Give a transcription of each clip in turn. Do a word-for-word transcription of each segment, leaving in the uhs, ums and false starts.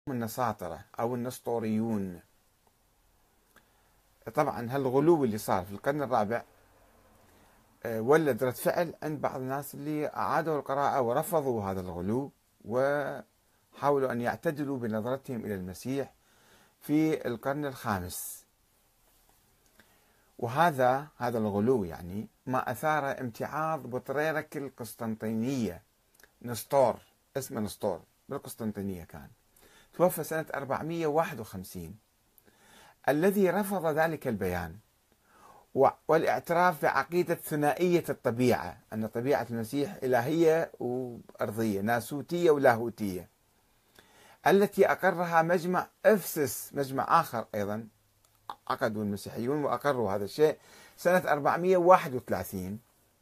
النساطرة أو النسطوريون. طبعا هالغلو اللي صار في القرن الرابع آه، ولد رد فعل عند بعض الناس اللي أعادوا القراءة ورفضوا هذا الغلو وحاولوا أن يعتدلوا بنظرتهم إلى المسيح في القرن الخامس. وهذا هذا الغلو يعني ما أثار امتعاض بطريرك القسطنطينية نسطور، اسمه نسطور، بالقسطنطينية كان، توفى سنة أربعمئة وواحد وخمسين، الذي رفض ذلك البيان والاعتراف بعقيدة ثنائية الطبيعة، أن طبيعة المسيح إلهية وأرضية، ناسوتية ولاهوتية، التي أقرها مجمع أفسس، مجمع آخر أيضا عقدوا المسيحيون وأقروا هذا الشيء سنة أربعمئة وواحد وثلاثين،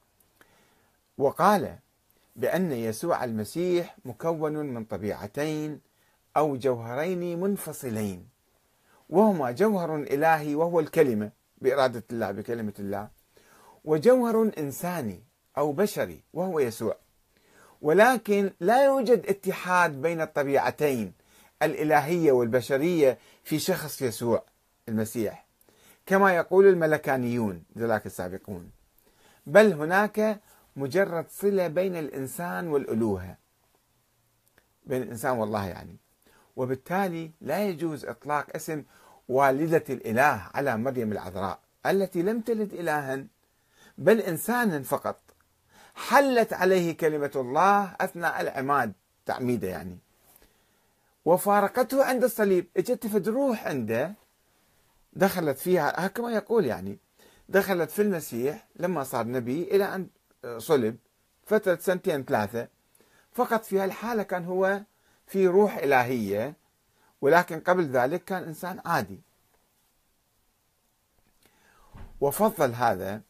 وقال بأن يسوع المسيح مكون من طبيعتين أو جوهرين منفصلين، وهما جوهر إلهي وهو الكلمة بإرادة الله بكلمة الله، وجوهر إنساني أو بشري وهو يسوع، ولكن لا يوجد اتحاد بين الطبيعتين الإلهية والبشرية في شخص يسوع المسيح كما يقول الملكانيون ذلك السابقون، بل هناك مجرد صلة بين الإنسان والألوهة، بين الإنسان والله يعني. وبالتالي لا يجوز إطلاق اسم والدة الإله على مريم العذراء التي لم تلد إلها بل إنسانا فقط، حلت عليه كلمة الله أثناء العماد، تعميده يعني، وفارقته عند الصليب، اجت فد روح عنده دخلت فيها كما يقول يعني، دخلت في المسيح لما صار نبي إلى أن صلب فترة سنتين ثلاثة، فقط في هالحالة كان هو في روح إلهية، ولكن قبل ذلك كان إنسان عادي. وفضل هذا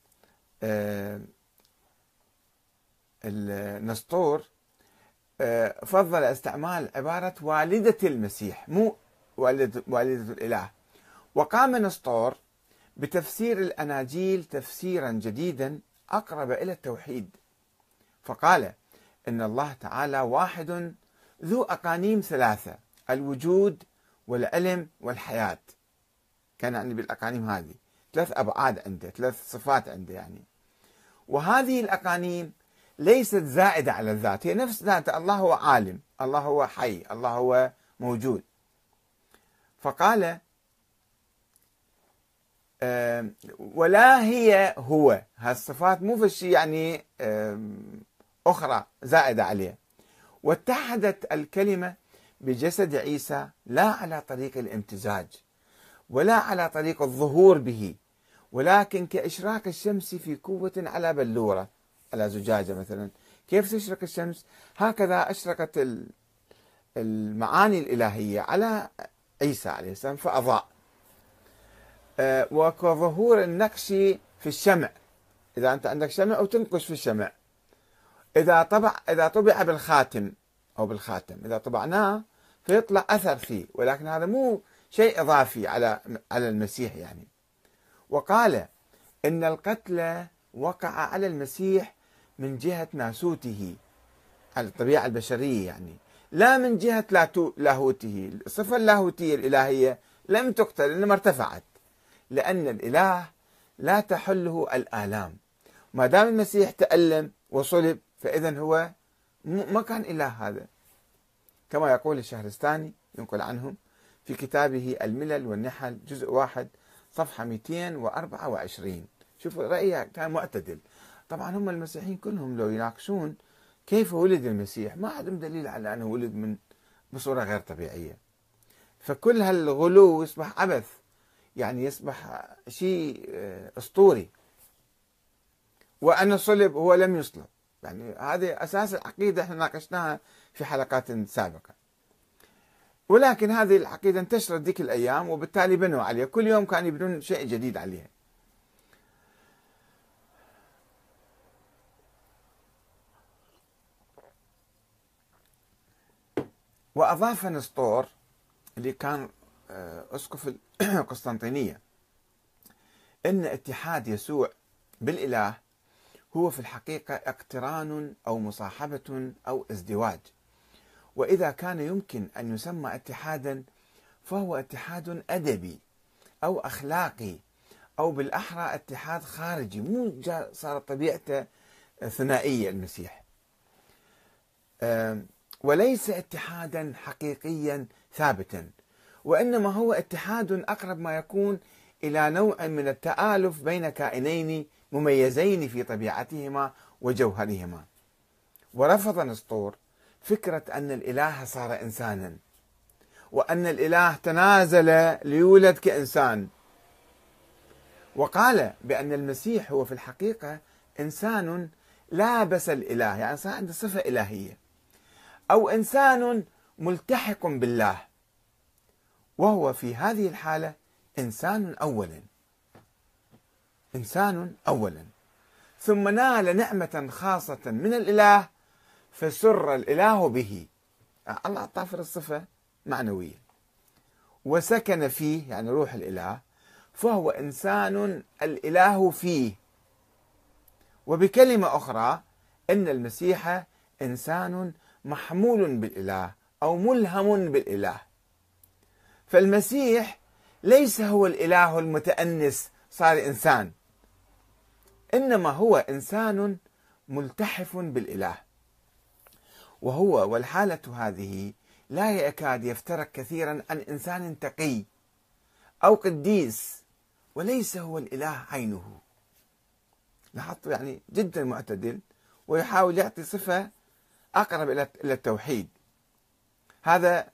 النسطور، فضل استعمال عبارة والدة المسيح مو والدة, والدة الإله. وقام نسطور بتفسير الأناجيل تفسيرا جديدا أقرب إلى التوحيد، فقال إن الله تعالى واحد ذو أقانيم ثلاثة، الوجود والعلم والحياة، كان يعني بالأقانيم هذه ثلاث أبعاد عنده، ثلاث صفات عنده يعني. وهذه الأقانيم ليست زائدة على الذات، هي نفس ذاته، الله هو عالم، الله هو حي، الله هو موجود. فقال ولا هي هو، هالصفات مو في شيء يعني أخرى زائدة عليه. واتحدت الكلمة بجسد عيسى لا على طريق الامتزاج ولا على طريق الظهور به، ولكن كإشراق الشمس في قوة على بلورة، على زجاجة مثلا، كيف تشرق الشمس هكذا أشرقت المعاني الإلهية على عيسى عليه السلام فأضاء. وكظهور النقش في الشمع، إذا أنت عندك شمع أو تنقش في الشمع، إذا طبع إذا طبع بالخاتم أو بالخاتم، إذا طبعناه فيطلع أثر فيه، ولكن هذا مو شيء إضافي على على المسيح يعني. وقال إن القتل وقع على المسيح من جهة ناسوته، على الطبيعة البشرية يعني، لا من جهة لاهوته. الصفة اللاهوتية الإلهية لم تقتل إنما ارتفعت، لأن الإله لا تحله الآلام. ما دام المسيح تألم وصلب فإذا هو ما كان إله هذا، كما يقول الشهرستاني ينقل عنهم في كتابه الملل والنحل جزء واحد صفحة مئتين وأربعة وعشرين. شوفوا رأيه كان معتدل. طبعا هم المسيحيين كلهم لو يناقشون كيف ولد المسيح ما عندهم دليل على أنه ولد من بصورة غير طبيعية، فكل هالغلو يصبح عبث يعني، يصبح شيء أسطوري. وأن صلب هو لم يصلب، يعني هذه أساس العقيدة احنا ناقشناها في حلقات سابقة، ولكن هذه العقيدة انتشرت ذيك الأيام وبالتالي بنوا عليها، كل يوم كانوا يبنون شيء جديد عليها. وأضاف نسطور اللي كان أسقف القسطنطينية أن اتحاد يسوع بالإله هو في الحقيقة اقتران أو مصاحبة أو ازدواج، وإذا كان يمكن أن يسمى اتحادا فهو اتحاد أدبي أو أخلاقي، أو بالأحرى اتحاد خارجي، مو صارت طبيعته ثنائية المسيح، وليس اتحادا حقيقيا ثابتا، وإنما هو اتحاد أقرب ما يكون إلى نوع من التآلف بين كائنين مميزين في طبيعتهما وجوهرهما. ورفض نسطور فكرة أن الإله صار إنسانا، وأن الإله تنازل ليولد كإنسان، وقال بأن المسيح هو في الحقيقة إنسان لابس الإله، يعني صار عنده صفة إلهية، أو إنسان ملتحق بالله، وهو في هذه الحالة إنسان أولا، إنسان أولا، ثم نال نعمة خاصة من الإله فسر الإله به، الله أعطاه الصفة معنوية وسكن فيه، يعني روح الإله، فهو إنسان الإله فيه. وبكلمة أخرى أن المسيح إنسان محمول بالإله أو ملهم بالإله، فالمسيح ليس هو الإله المتأنس صار إنسان، إنما هو إنسان ملتحف بالإله، وهو والحالة هذه لا يكاد يفترق كثيرا عن إنسان تقي أو قديس، وليس هو الإله عينه. لاحظتوا يعني جدا معتدل، ويحاول يعطي صفة أقرب إلى التوحيد. هذا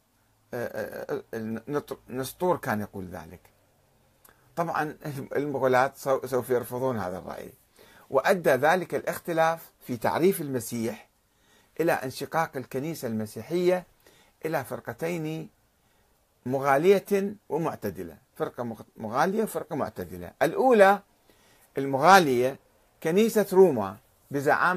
نسطور كان يقول ذلك. طبعا المغلاة سوف يرفضون هذا الرأي، وأدى ذلك الاختلاف في تعريف المسيح إلى انشقاق الكنيسة المسيحية إلى فرقتين مغالية ومعتدلة، فرقة مغالية وفرقة معتدلة. الأولى المغالية كنيسة روما بزعامة